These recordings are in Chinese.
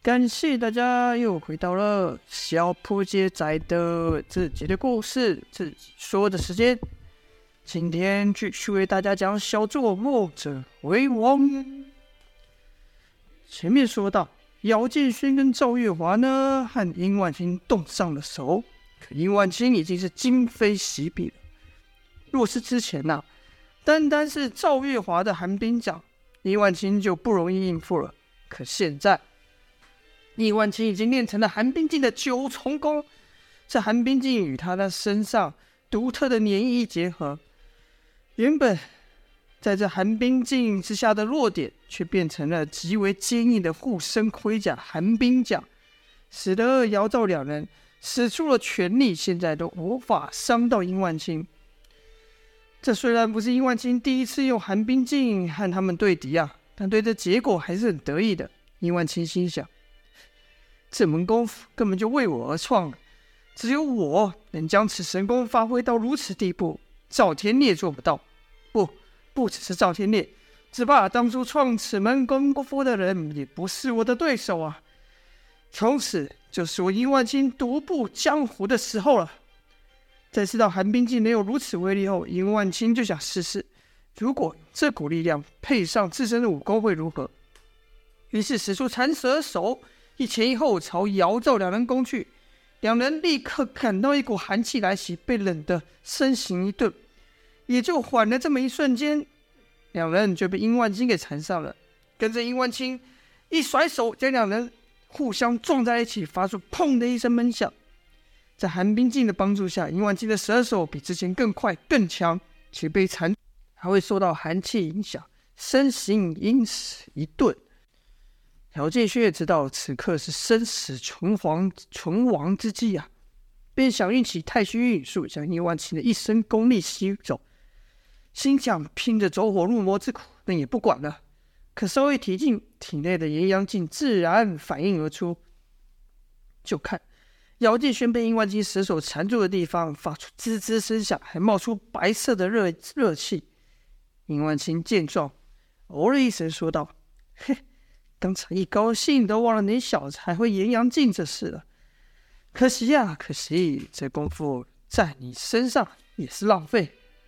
感谢大家又回到了小破街仔的自己的故事自己说的时间。今天继续为大家讲小作梦者为王。前面说到，姚建勋跟赵月华呢和殷万青动上了手，可殷万青已经是今非昔比了。若是之前单单是赵月华的寒冰掌，殷万青就不容易应付了。可现在殷万青已经练成了寒冰镜的9重功，这寒冰镜与他的身上独特的粘液结合，原本在这寒冰镜之下的弱点，却变成了极为坚硬的护身盔甲寒冰甲，使得姚赵两人使出了全力，现在都无法伤到殷万青。这虽然不是殷万青第一次用寒冰镜和他们对敌但对这结果还是很得意的。殷万青心想，这门功夫根本就为我而创的，只有我能将此神功发挥到如此地步，赵天烈做不到。不只是赵天烈，只怕当初创此门功夫的人也不是我的对手啊！从此就是我殷万青独步江湖的时候了。在知道寒冰镜能有如此威力后，殷万青就想试试，如果这股力量配上自身的武功会如何？于是使出缠蛇手，一前一后朝姚赵两人攻去。两人立刻感到一股寒气来袭，被冷得身形一顿，也就缓了这么一瞬间，两人就被殷万青给缠上了。跟着殷万青一甩手，将两人互相撞在一起，发出砰的一声闷响。在寒冰镜的帮助下，殷万青的蛇手比之前更快更强，且被缠还会受到寒气影响，身形因此一顿。姚建勋也知道此刻是生死存亡之际便想运起太虚运术，将殷万青的一身功力吸走，心想拼着走火入魔之苦，但也不管了。可稍微提劲，体内的炎阳镜自然反应而出。就看姚建勋被殷万青蛇手缠住的地方发出滋滋声响，还冒出白色的热气。殷万青见状，哦了一声说道：“嘿，刚才一高兴都忘了你小子还会炎阳镜这事了。可惜可惜，这功夫在你身上也是浪费。”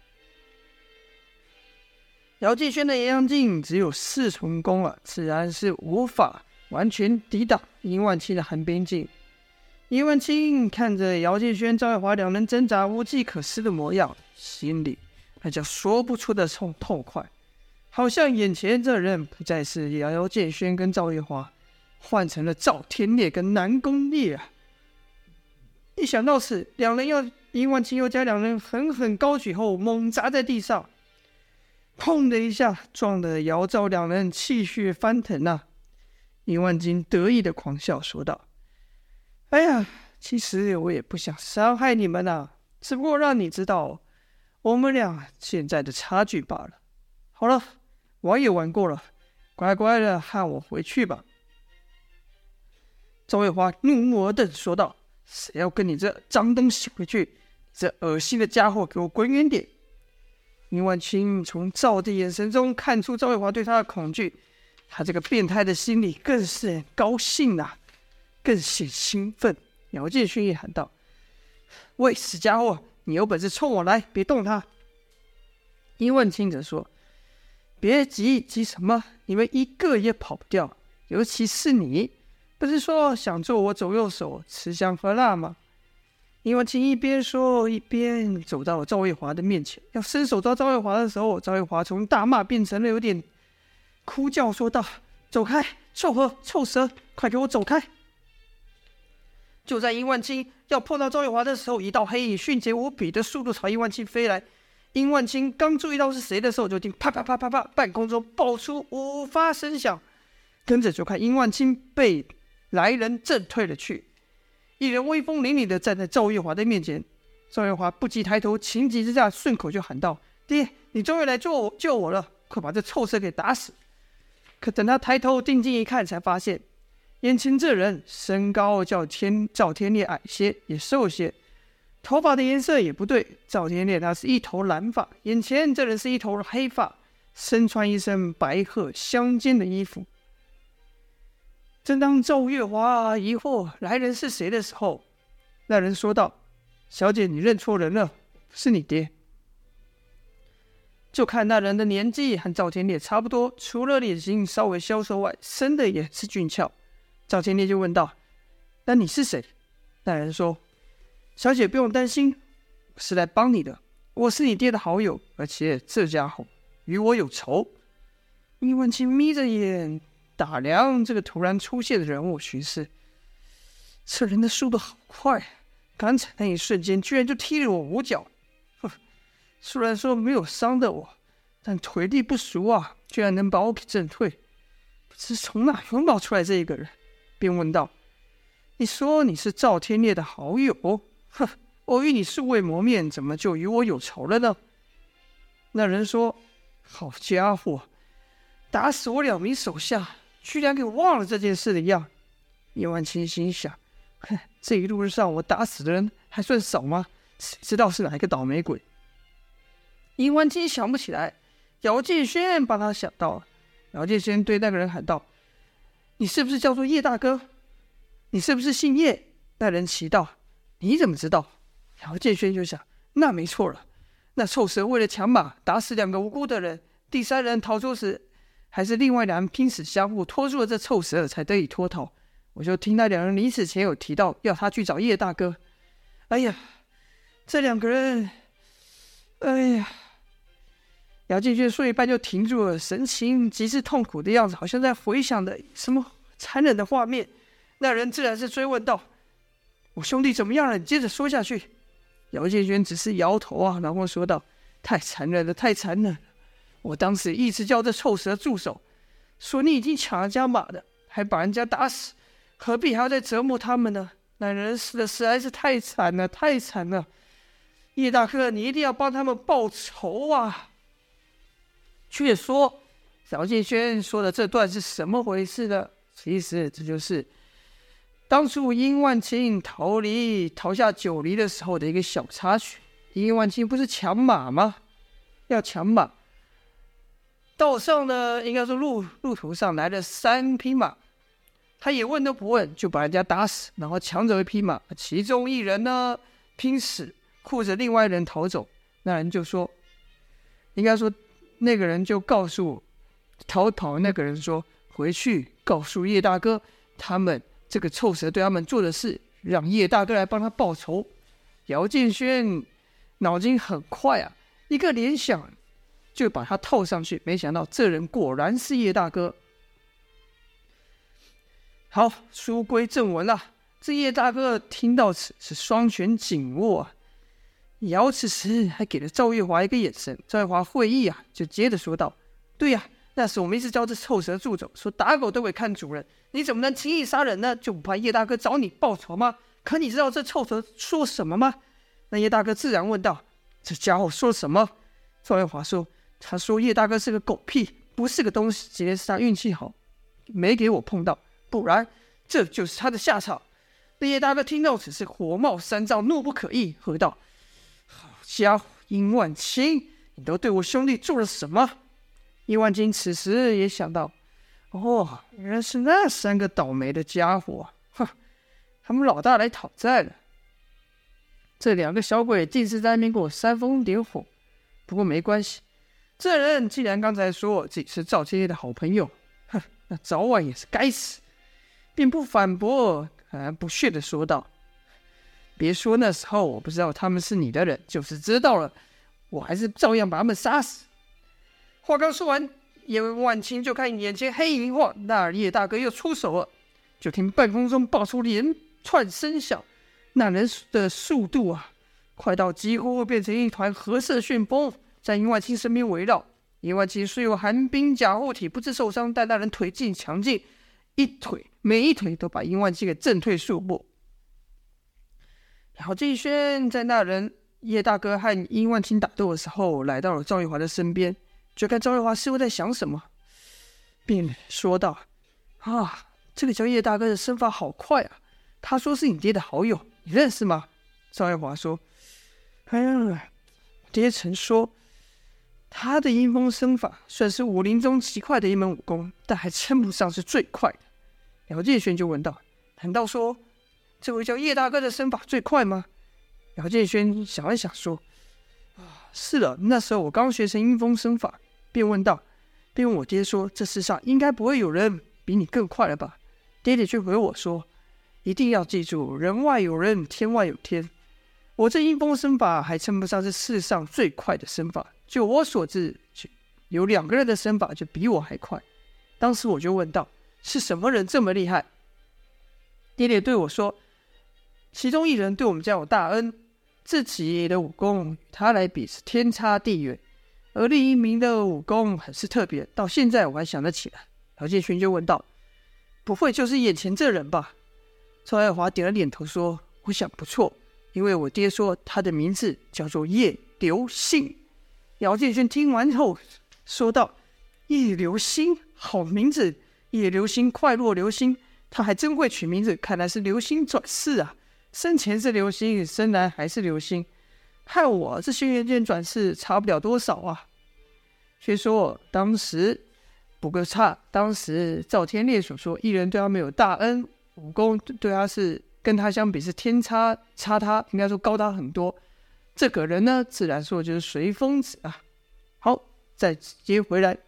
姚建勋的炎阳镜只有4重功了，自然是无法完全抵挡殷万青的寒冰镜。殷万青看着姚建勋、赵月华两人挣扎无计可施的模样，心里那叫说不出的痛快，好像眼前这人不再是姚建勋跟赵月华，换成了赵天烈跟南宫烈一想到此，殷万青又将两人狠狠高举后猛砸在地上，砰的一下撞得姚赵两人气血翻腾殷万青得意的狂笑说道：“哎呀，其实我也不想伤害你们只不过让你知道我们俩现在的差距罢了。好了，玩也玩过了，乖乖的和我回去吧。”赵月华怒目而瞪说道：“谁要跟你这脏东西回去？这恶心的家伙给我滚远点！”殷万青从赵的眼神中看出赵月华对他的恐惧，他这个变态的心里更是很高兴更显兴奋。姚建勋也喊道：“喂，死家伙，你有本事冲我来，别动他！”殷万青则说：“别急什么？你们一个也跑不掉，尤其是你，不是说想做我左右手，吃香喝辣吗？”殷万青一边说一边走到了赵月华的面前，要伸手抓赵月华的时候，赵月华从大骂变成了有点哭叫，说道：“走开，臭蛇，快给我走开！”就在殷万青要碰到赵月华的时候，一道黑影迅捷无比的速度朝殷万青飞来。殷万青刚注意到是谁的时候，就听啪啪啪啪啪，半空中爆出5发声响，跟着就看殷万青被来人震退了去。一人威风凛凛的站在赵月华的面前，赵月华不及抬头，情急之下顺口就喊道：“爹，你终于来救我了，快把这臭蛇给打死！”可等他抬头定睛一看，才发现眼前这人身高较赵天烈矮些，也瘦些，头发的颜色也不对。赵天烈他是一头蓝发，眼前这人是一头黑发，身穿一身白褐相间的衣服。 正当赵月华疑惑来人是谁的时候，那人说道：“小姐，你认错人了，不是你爹。”就看那人的年纪和赵天烈差不多，除了脸型稍微消瘦外，生的也是俊俏。赵天烈就问道：“那你是谁？”那人说：“小姐不用担心，我是来帮你的。我是你爹的好友，而且这家伙与我有仇。”殷万青眯着眼打量这个突然出现的人物，巡视。这人的速度好快，刚才那一瞬间居然就踢了我5脚。虽然说没有伤的我，但腿力不熟啊，居然能把我给震退。不知从哪又冒出来这一个人，便问道：“你说你是赵天烈的好友？我与你素未谋面，怎么就与我有仇了呢？”那人说：“好家伙，打死我2名手下，居然给忘了这件事的样。”叶万青心想：这一路上我打死的人还算少吗？谁知道是哪一个倒霉鬼？殷万青想不起来，姚建轩帮他想到了。姚建轩对那个人喊道：“你是不是叫做叶大哥？你是不是姓叶？”那人奇道：“你怎么知道？”姚建轩就想：那没错了，那臭蛇为了抢马，打死2个无辜的人，第3人逃出时，还是另外2人拼死相护，拖住了这臭蛇，才得以脱逃。我就听那2人临死前有提到要他去找叶大哥。哎呀，这2个人，哎呀！姚建轩说一半就停住了，神情极是痛苦的样子，好像在回想的什么残忍的画面。那人自然是追问道：“我兄弟怎么样了？你接着说下去。”姚建轩只是摇头啊，然后说道：“太残忍了，太残忍了！我当时一直叫这臭蛇住手，说你已经抢人家马的，还把人家打死，何必还要再折磨他们呢？那人死的实在是太惨了，太惨了！叶大哥，你一定要帮他们报仇啊！”却说姚建轩说的这段是什么回事呢？其实这就是当初殷万青逃下9里的时候的一个小插曲。殷万青不是抢马吗？要抢马，道上呢，应该说路途上来了3匹马，他也问都不问就把人家打死，然后抢走1匹马，其中1人呢拼死护着另外1人逃走。那人就说，应该说那个人就告诉逃跑的那个人说，回去告诉叶大哥，他们这个臭蛇对他们做的事，让叶大哥来帮他报仇。姚建轩脑筋很快啊，一个联想就把他套上去，没想到这人果然是叶大哥。好，书归正文啦。这叶大哥听到此是双拳紧握啊，姚此时还给了赵月华一个眼神，赵月华会意啊，就接着说道：“对呀，那时我们一直叫这臭蛇住走，说打狗都会看主人，你怎么能轻易杀人呢？就不怕叶大哥找你报仇吗？可你知道这臭蛇说什么吗？”那叶大哥自然问道：“这家伙说什么？”赵月华说：“他说叶大哥是个狗屁，不是个东西，今天是他运气好，没给我碰到，不然这就是他的下场。”那叶大哥听到此是火冒三丈，怒不可遏，喝道：“好家伙，殷万青，你都对我兄弟做了什么？”殷万青此时也想到，哦，原来是那3个倒霉的家伙啊！他们老大来讨债了。这2个小鬼竟是在那边给我煽风点火。不过没关系，这人既然刚才说自己是赵天烈的好朋友，那早晚也是该死，便不反驳，不屑地说道：“别说那时候我不知道他们是你的人，就是知道了，我还是照样把他们杀死。”话刚说完，叶万青就看眼前黑影一晃，那叶大哥又出手了。就听半空中爆出连串声响，那人的速度啊，快到几乎会变成一团褐色旋风，在殷万青身边围绕。殷万青虽有寒冰甲护体，不致受伤，但那人腿劲强劲，每一腿都把殷万青给震退数步。姚建轩在那人叶大哥和殷万青打斗的时候，来到了赵月华的身边，就看赵月华似乎在想什么，便说道：“啊，这个叫叶大哥的身法好快啊！他说是你爹的好友，你认识吗？”赵月华说：“哎呀，爹曾说他的阴风身法算是武林中极快的一门武功，但还称不上是最快的。 姚建轩就问道：“难道说这位叫叶大哥的身法最快吗？”姚建轩想了想说：“是了，那时候我刚学成阴风身法。”便问我爹说：“这世上应该不会有人比你更快了吧？”爹爹却回我说：“一定要记住，人外有人，天外有天。我这阴风身法还称不上是世上最快的身法，就我所知，有2个人的身法就比我还快。”当时我就问道：“是什么人这么厉害？”爹爹对我说：“其中一人对我们家有大恩，自己爷爷的武功与他来比是天差地远，而另一名的武功很是特别，到现在我还想得起来。”姚建勋就问道：“不会就是眼前这人吧？”赵爱华点了点头说：“我想不错，因为我爹说他的名字叫做叶流星。”姚建勋听完后说道：“叶流星，好名字，叶流星，快乐流星，他还真会取名字，看来是流星转世啊！生前是流星，生来还是流星，害我这轩辕剑转世差不了多少啊！”却说当时赵天烈所说，一人对他没有大恩，武功对他是跟他相比是天差他，应该说高他很多。这个人呢，自然说就是随风子啊。好，再接回来。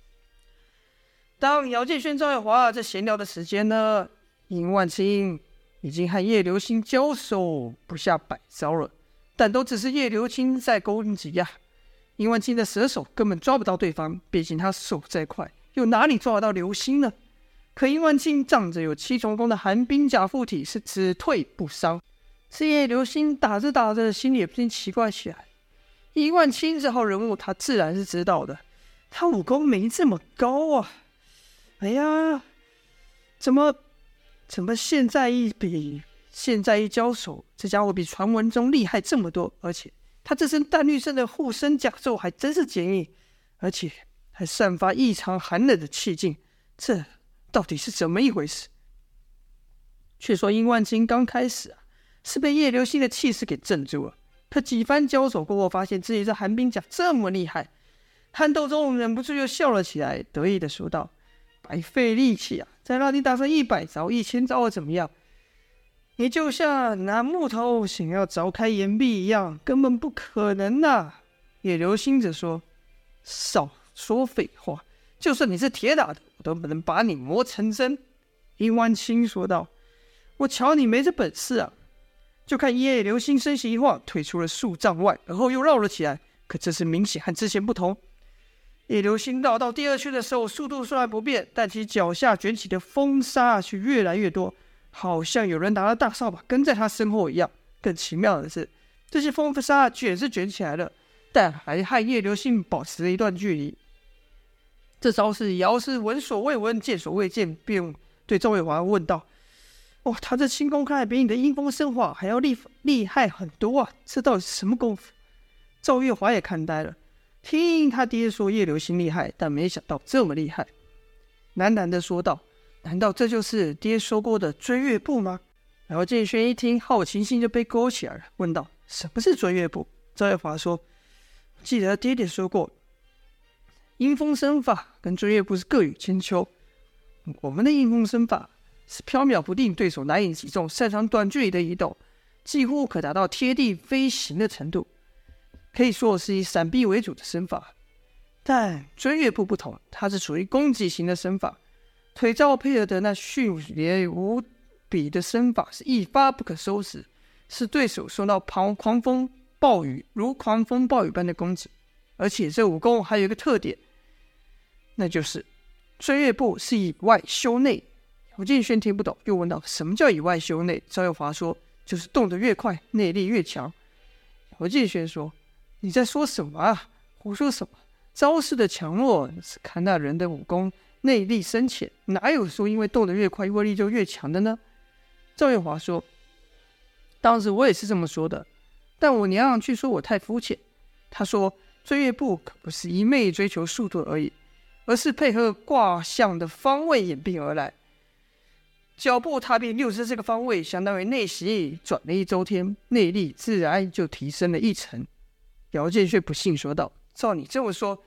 当姚建轩、赵月华在闲聊的时间呢，殷万青已经和叶流星交手不下100招了，但都只是叶流星在攻击呀。殷万青的蛇手根本抓不到对方，毕竟他手再快，又哪里抓得到流星呢？可殷万青仗着有7重功的寒冰甲附体，是只退不伤。是叶流星打着打着，心里也不禁奇怪起来。殷万青这号人物，他自然是知道的，他武功没这么高啊。哎呀，怎么现在一交手，这家伙比传闻中厉害这么多，而且他这身淡绿色的护身甲胄还真是坚硬，而且还散发异常寒冷的气劲，这到底是怎么一回事？却说殷万青刚开始是被叶流星的气势给镇住了，可几番交手过后，发现自己这寒冰甲这么厉害，憨豆中忍不住又笑了起来，得意的说道：“白费力气啊，再让你打上100招、1000招怎么样？你就像拿木头想要凿开岩壁一样，根本不可能啊！”叶流星则说：“少说废话，就算你是铁打的，我都不能把你磨成针。”殷万青说道：“我瞧你没这本事啊！”就看叶流星身形一晃，退出了数丈外，而后又绕了起来。可这次明显和之前不同，叶流星绕到第2圈的时候，速度虽然不变，但其脚下卷起的风沙却越来越多，好像有人拿了大扫把跟在他身后一样。更奇妙的是，这些风沙卷是卷起来了，但还和叶流星保持了一段距离。这招式姚是闻所未闻，见所未见，便对赵月华问道：“哦，他这轻功看来比你的阴风生化还要厉害很多啊！这到底是什么功夫？”赵月华也看呆了，听他爹说叶流星厉害，但没想到这么厉害，喃喃地说道：“难道这就是爹说过的追月步吗？”然后建轩一听，好奇心就被勾起来了，问道：“什么是追月步？”赵月华说：“记得爹爹说过，阴风身法跟追月步是各有千秋。我们的阴风身法是飘渺不定，对手难以击中，擅长短距离的移动，几乎可达到贴地飞行的程度，可以说是以闪避为主的身法。但追月步不同，它是属于攻击型的身法，腿招配合的那迅捷无比的身法是一发不可收拾，是对手受到狂风暴雨般的攻击。而且这武功还有一个特点，那就是追月步是以外修内。姚建轩听不懂，又问道：“什么叫以外修内？”赵月华说：“就是动得越快，内力越强。”姚建轩说：“你在说什么啊？胡说什么？招式的强弱是看那人的武功内力深浅，哪有说因为动得越快威力就越强的呢？”赵月华说：“当时我也是这么说的，但我娘据说我太肤浅。他说追月步可不是一昧追求速度而已，而是配合卦象的方位演变而来。脚步踏遍60这个方位，相当于内息转了1周天，内力自然就提升了1层。”姚建轩不信说道：“照你这么说，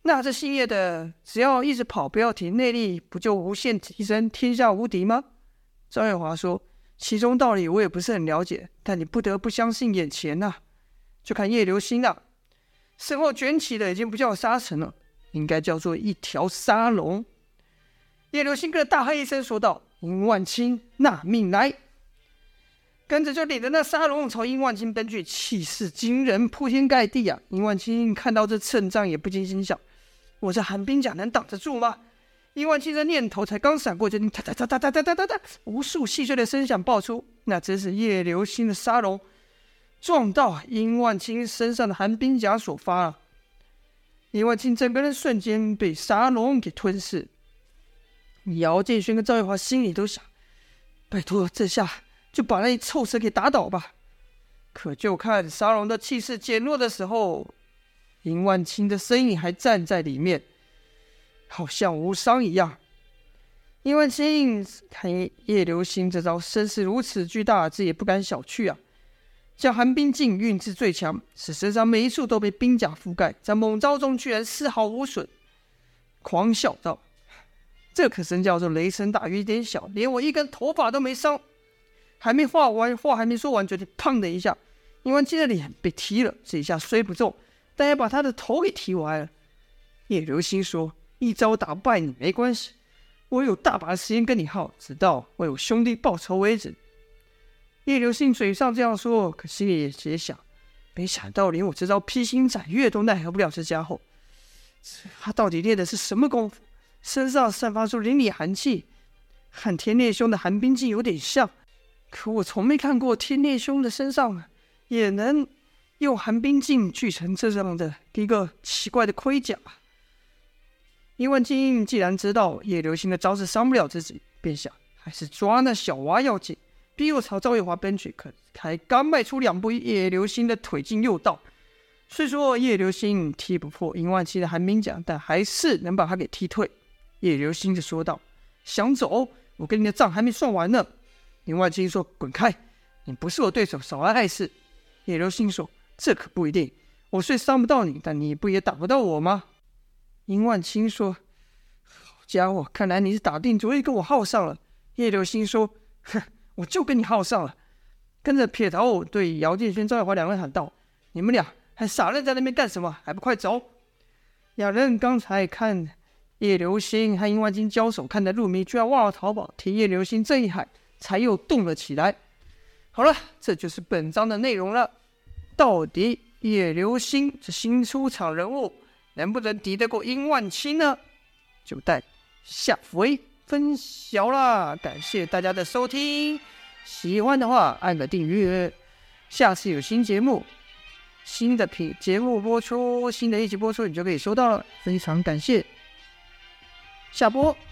那这星夜的只要一直跑不要停，内力不就无限提升，天下无敌吗？赵月华说，其中道理我也不是很了解，但你不得不相信眼前啊，就看叶流星啊，身后卷起的已经不叫沙尘了，应该叫做一条沙龙。叶流星跟着大喝一声说道，殷万青纳命来，跟着就领着那沙龙朝殷万青奔去，气势惊人，铺天盖地啊！殷万青看到这阵仗也不禁心想，我这寒冰甲能挡得住吗？殷万青的念头才刚闪过，就听哒哒哒哒哒哒哒哒，无数细碎的声响爆出，那真是叶流星的沙龙撞到殷万青身上的寒冰甲所发啊！殷万青整个人瞬间被沙龙给吞噬。姚建勋跟赵月华心里都想，拜托这下就把那臭蛇给打倒吧。可就看沙龙的气势减弱的时候，殷万青的身影还站在里面，好像无伤一样。殷万青看叶流星这招声势如此巨大，自己也不敢小觑啊。将寒冰镜运至最强，使身上每一处都被冰甲覆盖，在猛招中居然丝毫无损，狂笑道，这可真叫做雷声大雨点小，连我一根头发都没伤。还没话还没说完，就听砰的一下，殷万青的脸被踢了，这一下虽不重，但也把他的头给踢歪了。叶流星说，一招打不败你没关系，我有大把的时间跟你耗，直到为我兄弟报仇为止。叶流星嘴上这样说，可心里也想，没想到连我这招披星斩月都奈何不了这家伙，他到底练的是什么功夫？身上散发出凛冽寒气，和天烈兄的寒冰镜有点像，可我从没看过天烈兄的身上也能用寒冰镜聚成这样的一个奇怪的盔甲。殷万青既然知道叶流星的招式伤不了自己，便想还是抓那小娃要紧，逼我朝赵月华奔去。可才刚迈出2步，叶流星的腿劲又到。虽说叶流星踢不破殷万青的寒冰甲，但还是能把他给踢退。叶流星就说道，想走，我跟你的账还没算完呢。殷万青说，滚开，你不是我对手，少来碍事。叶流星说，这可不一定，我虽伤不到你，但你不也打不到我吗？殷万青说，好家伙，看来你是打定主意跟我耗上了。叶流星说，哼，我就跟你耗上了。跟着撇头对姚建勋、赵月华两人喊道，你们俩还傻愣在那边干什么？还不快走！两人刚才看叶流星和殷万青交手，看得入迷，居然忘了逃跑，听叶流星这一喊，才又动了起来。好了，这就是本章的内容了。到底叶流星这新出场人物能不能敌得过殷万青呢？就待下回分晓啦。感谢大家的收听，喜欢的话按个订阅，下次有新节目、新的节目播出、新的一集播出，你就可以收到了。非常感谢，下播。